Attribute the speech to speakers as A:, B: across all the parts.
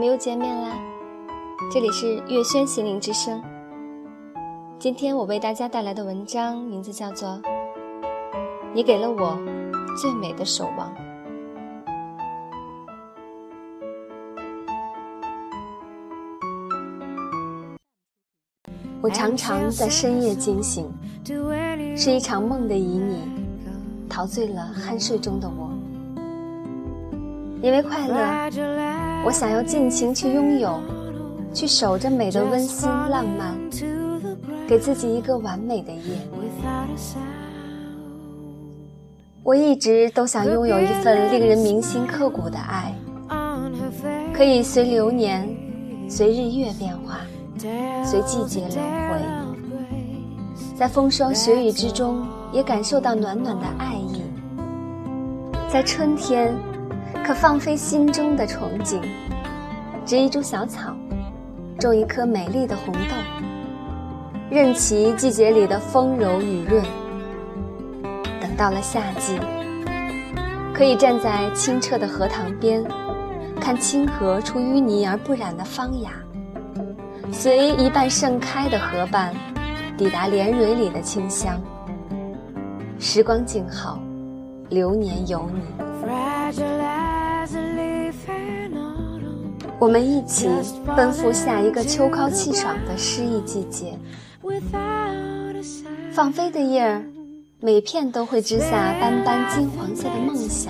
A: 们又见面啦！这里是月轩心灵之声。今天我为大家带来的文章名字叫做《你给了我最美的守望》。我常常在深夜惊醒，是一场梦的旖旎，陶醉了酣睡中的我。因为快乐，我想要尽情去拥有，去守着美的温馨浪漫，给自己一个完美的夜。我一直都想拥有一份令人铭心刻骨的爱，可以随流年，随日月变化，随季节轮回，在风霜雪雨之中也感受到暖暖的爱意。在春天可放飞心中的憧憬，植一株小草，种一颗美丽的红豆，任其季节里的丰柔雨润。等到了夏季，可以站在清澈的荷塘边，看清河出淤泥而不染的芳雅，随一半盛开的河畔抵达莲蕊里的清香。时光静好，流年有你。我们一起奔赴下一个秋高气爽的诗意季节。放飞的叶儿，每片都会织下斑斑金黄色的梦想，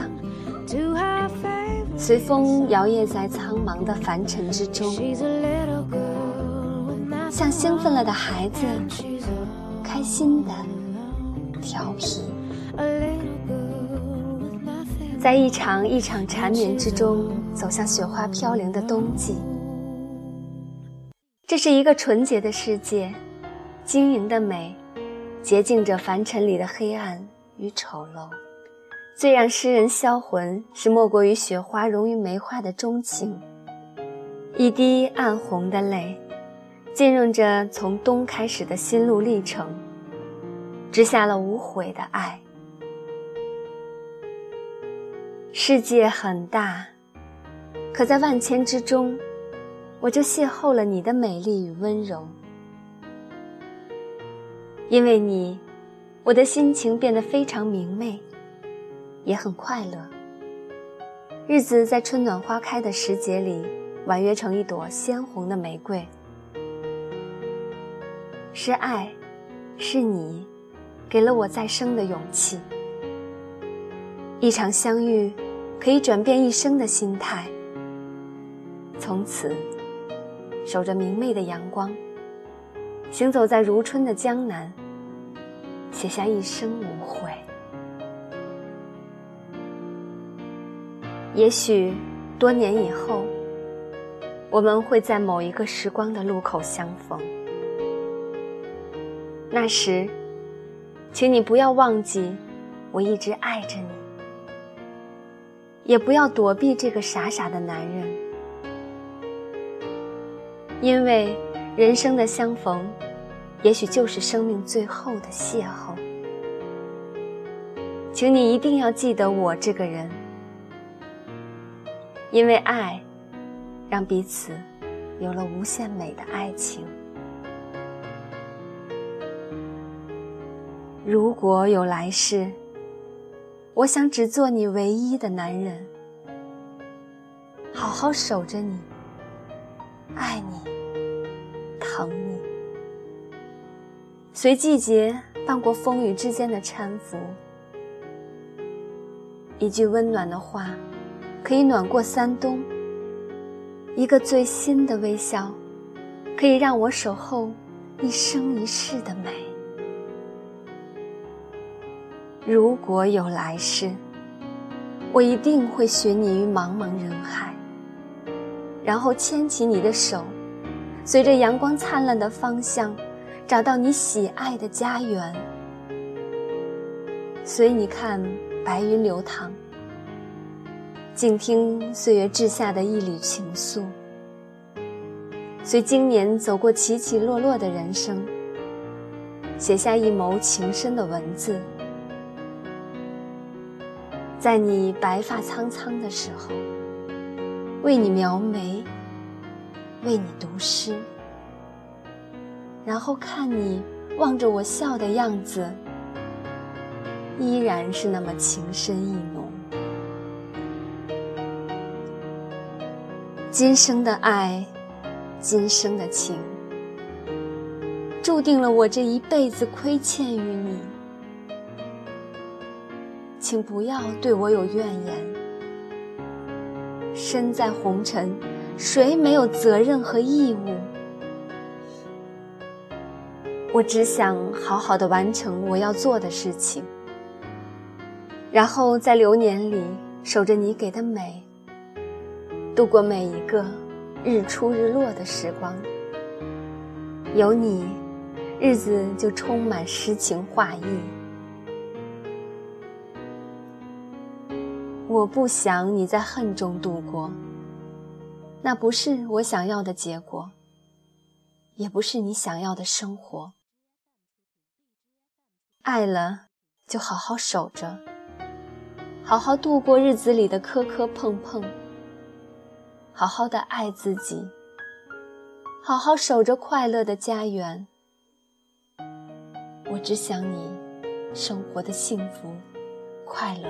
A: 随风摇曳在苍茫的凡尘之中，像兴奋了的孩子，开心的调皮。在一场一场缠绵之中，走向雪花飘零的冬季。这是一个纯洁的世界，晶莹的美洁净着凡尘里的黑暗与丑陋。最让诗人销魂是莫过于雪花融于梅花的钟情，一滴暗红的泪浸润着从冬开始的心路历程，织下了无悔的爱。世界很大，可在万千之中，我就邂逅了你的美丽与温柔。因为你，我的心情变得非常明媚，也很快乐。日子在春暖花开的时节里婉约成一朵鲜红的玫瑰。是爱，是你，给了我再生的勇气。一场相遇可以转变一生的心态，从此守着明媚的阳光，行走在如春的江南，写下一生无悔。也许多年以后，我们会在某一个时光的路口相逢，那时请你不要忘记我一直爱着你，也不要躲避这个傻傻的男人，因为人生的相逢也许就是生命最后的邂逅。请你一定要记得我这个人，因为爱让彼此有了无限美的爱情。如果有来世，我想只做你唯一的男人，好好守着你，爱你，疼你，随季节伴过风雨之间的搀扶。一句温暖的话可以暖过三冬，一个最新的微笑可以让我守候一生一世的美。如果有来世，我一定会寻你于茫茫人海，然后牵起你的手，随着阳光灿烂的方向，找到你喜爱的家园。随你看白云流淌，静听岁月掷下的一缕情愫，随经年走过起起落落的人生，写下一眸情深的文字。在你白发苍苍的时候，为你描眉， 为你读诗，然后看你望着我笑的样子，依然是那么情深意浓。今生的爱，今生的情，注定了我这一辈子亏欠于你。请不要对我有怨言。身在红尘，谁没有责任和义务？我只想好好的完成我要做的事情，然后在流年里守着你给的美，度过每一个日出日落的时光。有你，日子就充满诗情画意。我不想你在恨中度过，那不是我想要的结果，也不是你想要的生活。爱了就好好守着，好好度过日子里的磕磕碰碰，好好的爱自己，好好守着快乐的家园。我只想你生活的幸福快乐，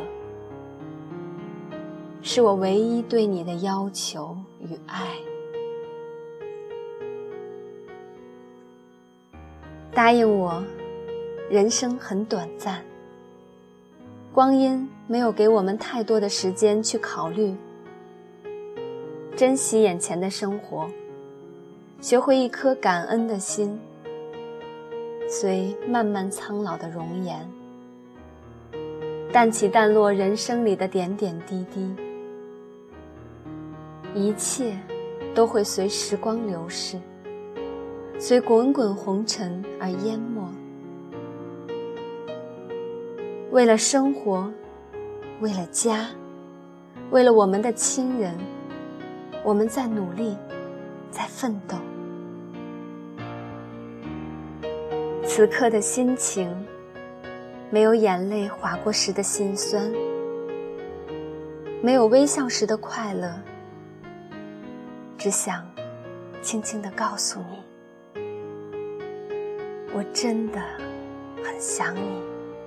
A: 是我唯一对你的要求与爱。答应我，人生很短暂，光阴没有给我们太多的时间去考虑，珍惜眼前的生活，学会一颗感恩的心，随慢慢苍老的容颜，淡起淡落人生里的点点滴滴，一切都会随时光流逝，随滚滚红尘而淹没。为了生活，为了家，为了我们的亲人，我们在努力，在奋斗。此刻的心情，没有眼泪划过时的辛酸，没有微笑时的快乐，只想轻轻地告诉你，我真的很想你，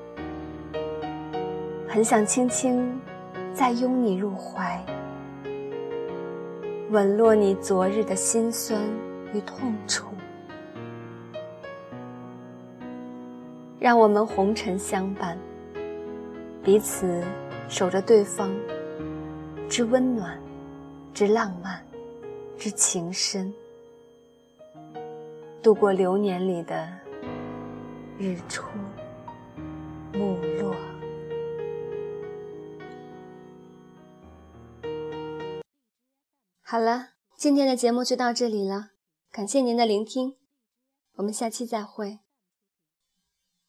A: 很想轻轻再拥你入怀，吻落你昨日的辛酸与痛楚。让我们红尘相伴，彼此守着对方之温暖，之浪漫，之情深，度过流年里的日出暮落。好了，今天的节目就到这里了，感谢您的聆听，我们下期再会。